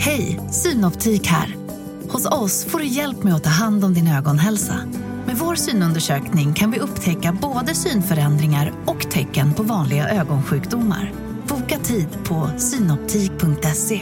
Hej, Synoptik här. Hos oss får du hjälp med att ta hand om din ögonhälsa. Med vår synundersökning kan vi upptäcka både synförändringar och tecken på vanliga ögonsjukdomar. Boka tid på synoptik.se.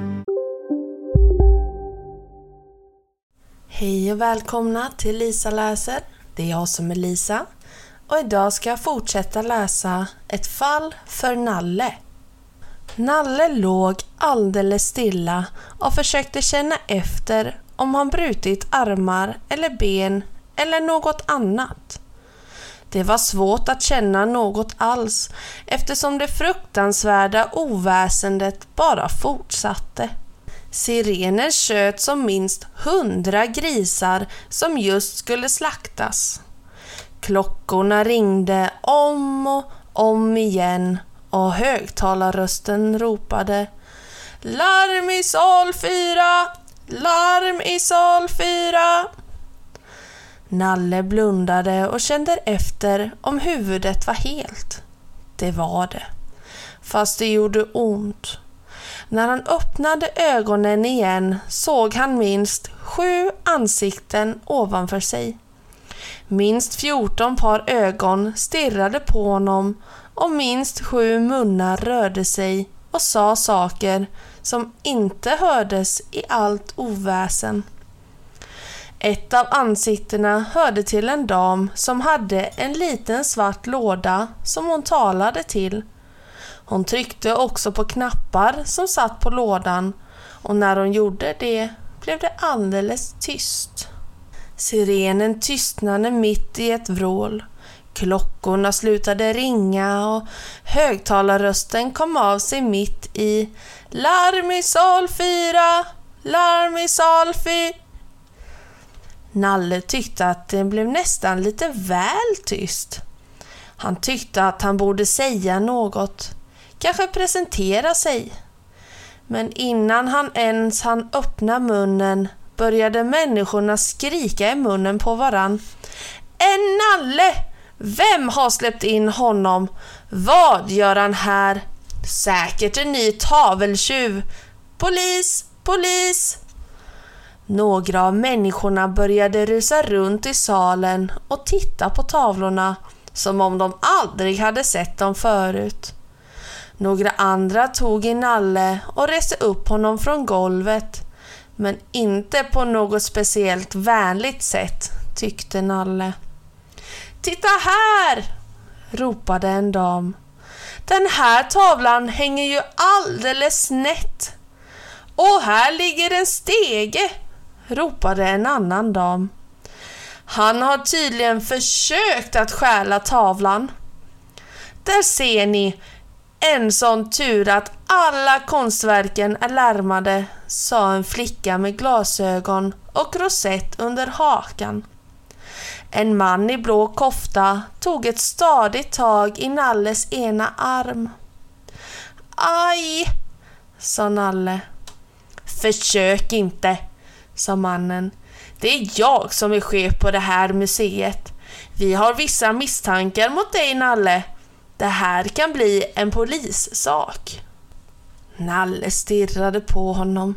Hej och välkomna till Lisa läser. Det är jag som är Lisa. Och idag ska jag fortsätta läsa ett fall för Nalle. Nalle låg alldeles stilla och försökte känna efter om han brutit armar eller ben eller något annat. Det var svårt att känna något alls eftersom det fruktansvärda oväsendet bara fortsatte. Sirenen tjöt som minst 100 grisar som just skulle slaktas. Klockorna ringde om och om igen och högtalarrösten ropade: Larm i sal 4! Larm i sal 4! Nalle blundade och kände efter om huvudet var helt. Det var det. Fast det gjorde ont. När han öppnade ögonen igen såg han minst 7 ansikten ovanför sig. Minst 14 par ögon stirrade på honom och minst 7 munnar rörde sig och sa saker som inte hördes i allt oväsen. Ett av ansiktena hörde till en dam som hade en liten svart låda som hon talade till. Hon tryckte också på knappar som satt på lådan och när hon gjorde det blev det alldeles tyst. Sirenen tystnade mitt i ett vrål. Klockorna slutade ringa och högtalarrösten kom av sig mitt i Larm i sal 4! Larm i sal 4! Nalle tyckte att det blev nästan lite väl tyst. Han tyckte att han borde säga något, kanske presentera sig. Men innan han ens hann öppna munnen började människorna skrika i munnen på varann. En Nalle! Vem har släppt in honom? Vad gör han här? Säkert en ny taveltjuv. Polis! Polis! Några av människorna började rusa runt i salen och titta på tavlorna som om de aldrig hade sett dem förut. Några andra tog i Nalle och reste upp honom från golvet, men inte på något speciellt vänligt sätt, tyckte Nalle. Titta här! Ropade en dam. Den här tavlan hänger ju alldeles snett. Och här ligger en stege, ropade en annan dam. Han har tydligen försökt att stjäla tavlan. Där ser ni, en sån tur att alla konstverken är larmade, sa en flicka med glasögon och rosett under hakan. En man i blå kofta tog ett stadigt tag i Nalles ena arm. Aj, sa Nalle. Försök inte, sa mannen. Det är jag som är chef på det här museet. Vi har vissa misstankar mot dig, Nalle. Det här kan bli en polissak. Nalle stirrade på honom.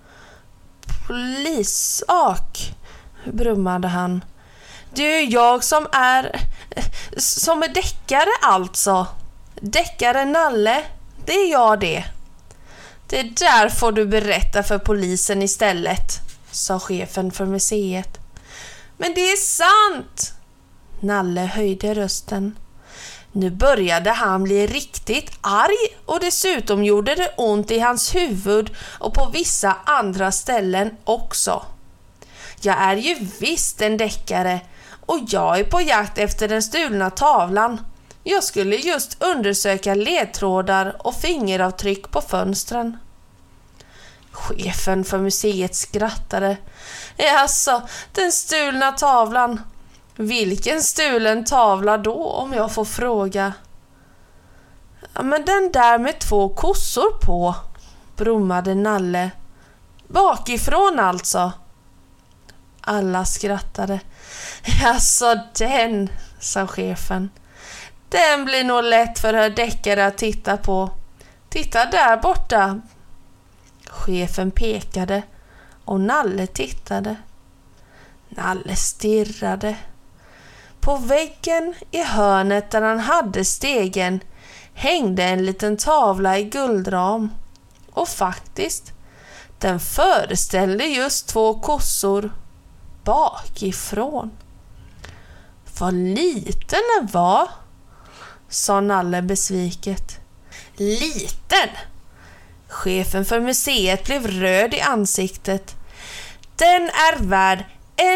Polissak, brummade han. Det är jag som är deckare alltså. Deckare Nalle, det är jag det. Det där får du berätta för polisen istället, sa chefen för museet. Men det är sant! Nalle höjde rösten. Nu började han bli riktigt arg och dessutom gjorde det ont i hans huvud och på vissa andra ställen också. Jag är ju visst en deckare och jag är på jakt efter den stulna tavlan. Jag skulle just undersöka ledtrådar och fingeravtryck på fönstren. Chefen för museet skrattade. Alltså, den stulna tavlan. Vilken stulen tavla då, om jag får fråga? Ja, men den där med 2 kossor på, brummade Nalle. Bakifrån alltså. Alla skrattade. Alltså den, sa chefen. Den blir nog lätt för deckare att titta på. Titta där borta. Chefen pekade och Nalle tittade. Nalle stirrade. På väggen i hörnet där han hade stegen hängde en liten tavla i guldram. Och faktiskt, den föreställde just 2 kossor bakifrån. Vad liten den var, sa Nalle besviket. Liten? Chefen för museet blev röd i ansiktet. Den är värd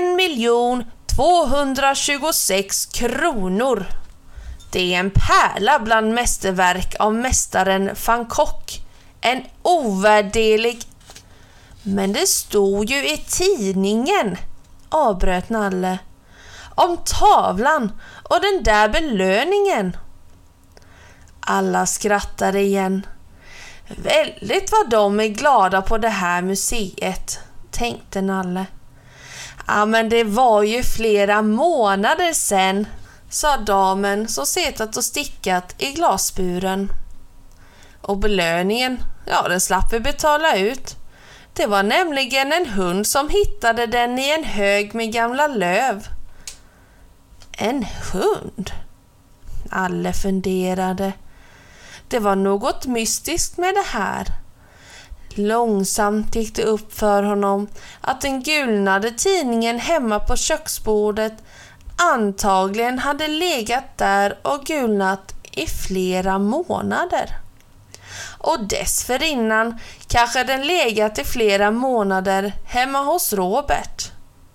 1.226 kronor. Det är en pärla bland mästerverk av mästaren van Gogh. En ovärderlig... Men det stod ju i tidningen, avbröt Nalle. Om tavlan och den där belöningen. Alla skrattade igen. Väldigt vad de är glada på det här museet, tänkte Nalle. Ja, men det var ju flera månader sedan, sa damen som setat och stickat i glasburen. Och belöningen, ja, den slapp vi betala ut. Det var nämligen en hund som hittade den i en hög med gamla löv. En hund? Alle funderade. Det var något mystiskt med det här. Långsamt gick det upp för honom att den gulnade tidningen hemma på köksbordet antagligen hade legat där och gulnat i flera månader. Och dessförinnan kanske den legat i flera månader hemma hos Robert.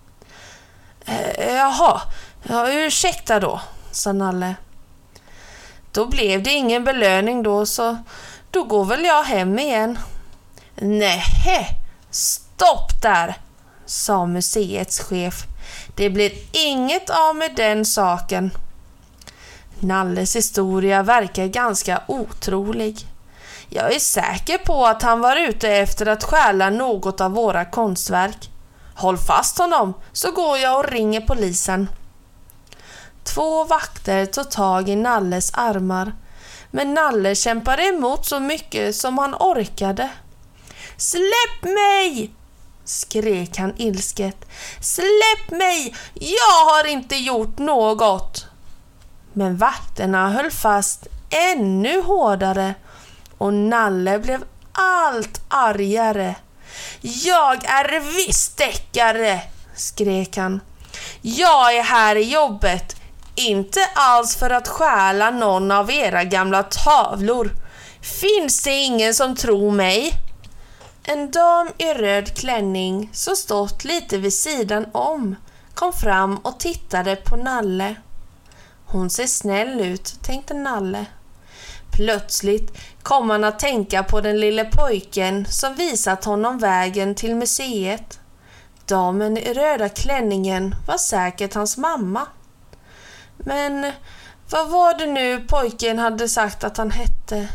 Jaha, ursäkta då, sa Nalle. Då blev det ingen belöning då, så då går väl jag hem igen. Nej, stopp där, sa museets chef. Det blir inget av med den saken. Nalles historia verkar ganska otrolig. Jag är säker på att han var ute efter att stjäla något av våra konstverk. Håll fast honom, så går jag och ringer polisen. 2 vakter tog tag i Nalles armar, men Nalle kämpade emot så mycket som han orkade. Släpp mig! Skrek han ilsket. Släpp mig! Jag har inte gjort något! Men vakterna höll fast ännu hårdare och Nalle blev allt argare. Jag är visst deckare, skrek han. Jag är här i jobbet, inte alls för att stjäla någon av era gamla tavlor. Finns det ingen som tror mig? En dam i röd klänning som stått lite vid sidan om kom fram och tittade på Nalle. Hon ser snäll ut, tänkte Nalle. Plötsligt kom han att tänka på den lille pojken som visat honom vägen till museet. Damen i röda klänningen var säkert hans mamma. Men vad var det nu pojken hade sagt att han hette?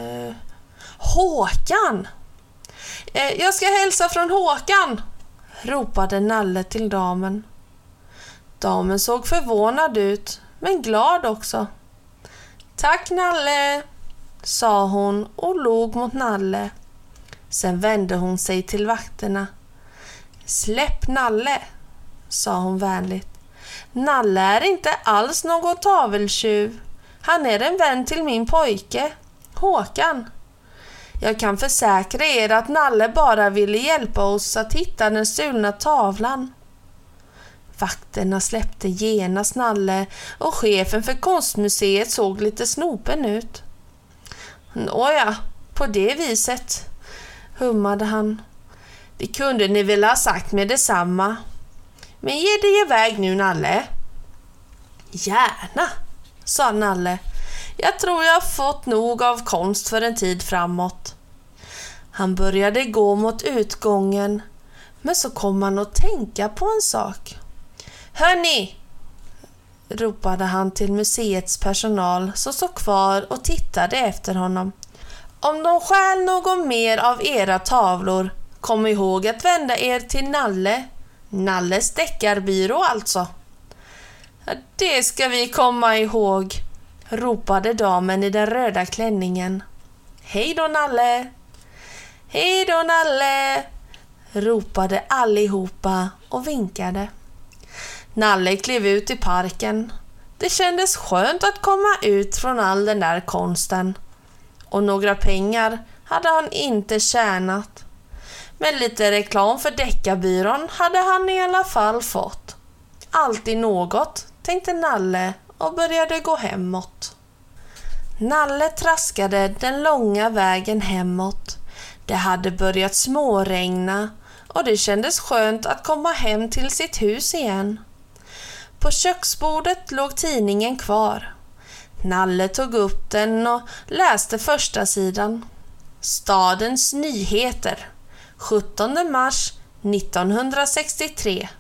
Håkan! Jag ska hälsa från Håkan, ropade Nalle till damen. Damen såg förvånad ut, men glad också. Tack Nalle, sa hon och log mot Nalle. Sen vände hon sig till vakterna. Släpp Nalle, sa hon vänligt. Nalle är inte alls någon taveltjuv. Han är en vän till min pojke, Håkan. Jag kan försäkra er att Nalle bara ville hjälpa oss att hitta den stulna tavlan. Vakterna släppte genast Nalle och chefen för konstmuseet såg lite snopen ut. Nåja, på det viset, hummade han. Det kunde ni väl ha sagt med detsamma. Men ge dig iväg nu, Nalle. Gärna, sa Nalle. Jag tror jag har fått nog av konst för en tid framåt. Han började gå mot utgången, men så kom han att tänka på en sak. Hörni, ropade han till museets personal som stod kvar och tittade efter honom. Om de stjäl någon mer av era tavlor, kom ihåg att vända er till Nalle. Nalles deckarbyrå alltså. Det ska vi komma ihåg, ropade damen i den röda klänningen. Hej då Nalle. Hej då Nalle, ropade allihopa och vinkade. Nalle klev ut i parken. Det kändes skönt att komma ut från all den där konsten. Och några pengar hade han inte tjänat. Men lite reklam för Deckarbyrån hade han i alla fall fått. Alltid något, tänkte Nalle och började gå hemåt. Nalle traskade den långa vägen hemåt. Det hade börjat småregna och det kändes skönt att komma hem till sitt hus igen. På köksbordet låg tidningen kvar. Nalle tog upp den och läste första sidan. Stadens nyheter. 17 mars 1963.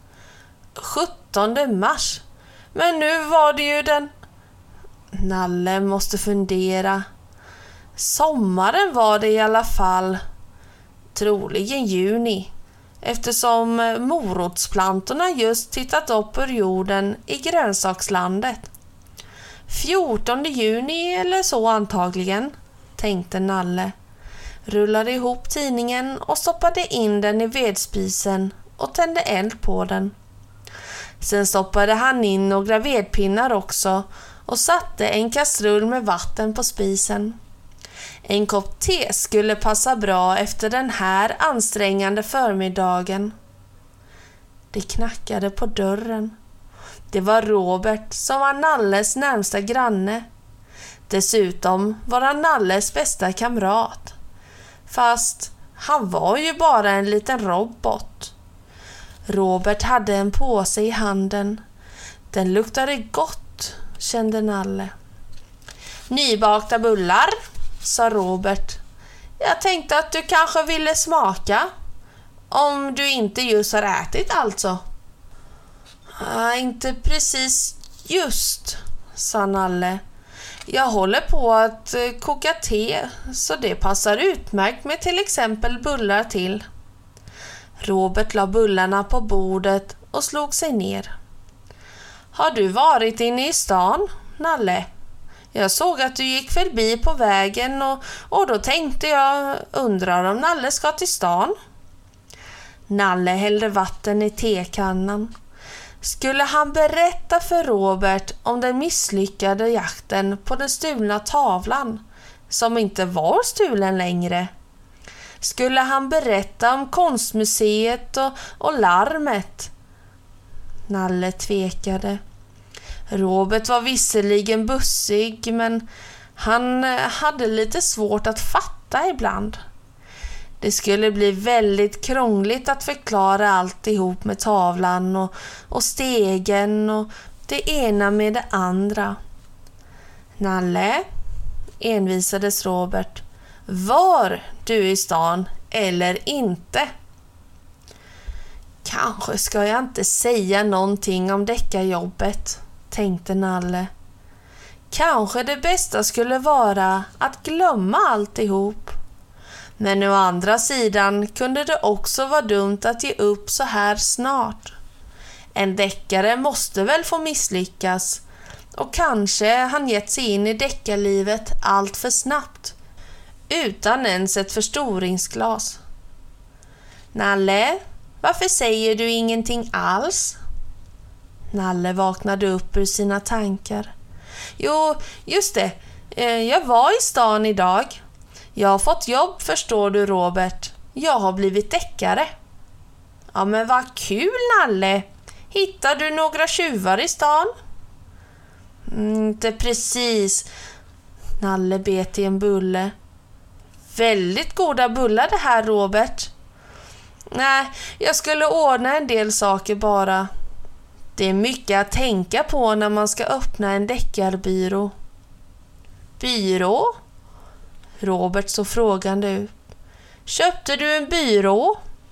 17 mars. Men nu var det ju den... Nalle måste fundera. Sommaren var det i alla fall. Troligen juni. Eftersom morotsplantorna just tittat upp ur jorden i grönsakslandet. 14 juni eller så antagligen, tänkte Nalle. Rullade ihop tidningen och stoppade in den i vedspisen och tände eld på den. Sen stoppade han in några vedpinnar också och satte en kastrull med vatten på spisen. En kopp te skulle passa bra efter den här ansträngande förmiddagen. Det knackade på dörren. Det var Robert som var Nalles närmsta granne. Dessutom var han Nalles bästa kamrat. Fast han var ju bara en liten robot. Robert hade en påse i handen. Den luktade gott, kände Nalle. Nybakta bullar, sa Robert. Jag tänkte att du kanske ville smaka. Om du inte just har ätit alltså. Inte precis just, sa Nalle. Jag håller på att koka te så det passar utmärkt med till exempel bullar till. Robert la bullarna på bordet och slog sig ner. Har du varit inne i stan, Nalle? Jag såg att du gick förbi på vägen och då tänkte jag, undrar om Nalle ska till stan? Nalle hällde vatten i tekannan. Skulle han berätta för Robert om den misslyckade jakten på den stulna tavlan, som inte var stulen längre? Skulle han berätta om konstmuseet och larmet? Nalle tvekade. Robert var visserligen bussig, men han hade lite svårt att fatta ibland. Det skulle bli väldigt krångligt att förklara alltihop med tavlan och stegen och det ena med det andra. Nalle, envisades Robert, var du i stan eller inte? Kanske ska jag inte säga någonting om deckarjobbet, tänkte Nalle. Kanske det bästa skulle vara att glömma alltihop. Men å andra sidan kunde det också vara dumt att ge upp så här snart. En deckare måste väl få misslyckas, och kanske han gett sig in i deckarlivet allt för snabbt, utan ens ett förstoringsglas. Nalle, varför säger du ingenting alls? Nalle vaknade upp ur sina tankar. Jo, just det. Jag var i stan idag. Jag har fått jobb, förstår du, Robert. Jag har blivit deckare. Ja, men vad kul, Nalle. Hittar du några tjuvar i stan? Inte precis. Nalle bet i en bulle. Väldigt goda bullar det här, Robert. Nej, jag skulle ordna en del saker bara. Det är mycket att tänka på när man ska öppna en deckarbyrå. Byrå? Robert såg frågande ut. Köpte du en byrå?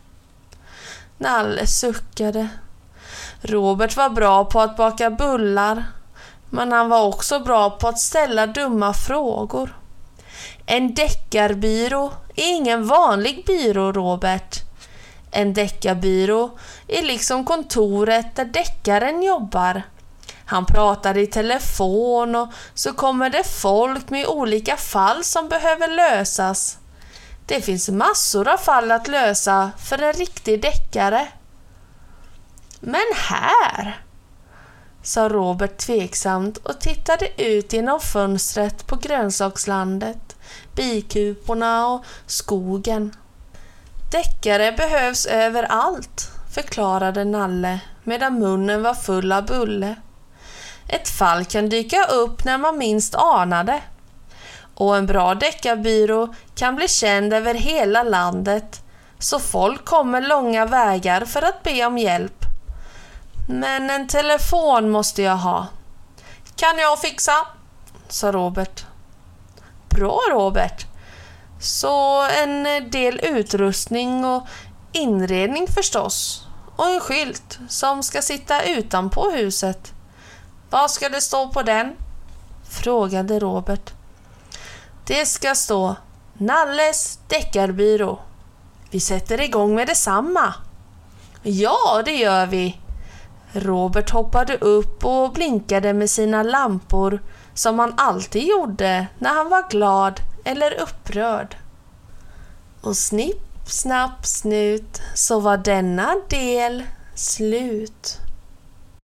Nalle suckade. Robert var bra på att baka bullar, men han var också bra på att ställa dumma frågor. En deckarbyrå är ingen vanlig byrå, Robert. En deckarbyrå är liksom kontoret där deckaren jobbar. Han pratar i telefon och så kommer det folk med olika fall som behöver lösas. Det finns massor av fall att lösa för en riktig deckare. Men här, sa Robert tveksamt och tittade ut genom fönstret på grönsakslandet, bikuporna och skogen. Deckare behövs överallt, förklarade Nalle medan munnen var full av bulle. Ett fall kan dyka upp när man minst anade. Och en bra deckarbyrå kan bli känd över hela landet, så folk kommer långa vägar för att be om hjälp. Men en telefon måste jag ha. Kan jag fixa? Sa Robert. Bra, Robert. Så en del utrustning och inredning förstås. Och en skylt som ska sitta utanpå huset. Vad ska det stå på den? Frågade Robert. Det ska stå Nalles deckarbyrå. Vi sätter igång med detsamma. Ja, det gör vi. Robert hoppade upp och blinkade med sina lampor som han alltid gjorde när han var glad eller upprörd. Och snipp, snapp, snut så var denna del slut.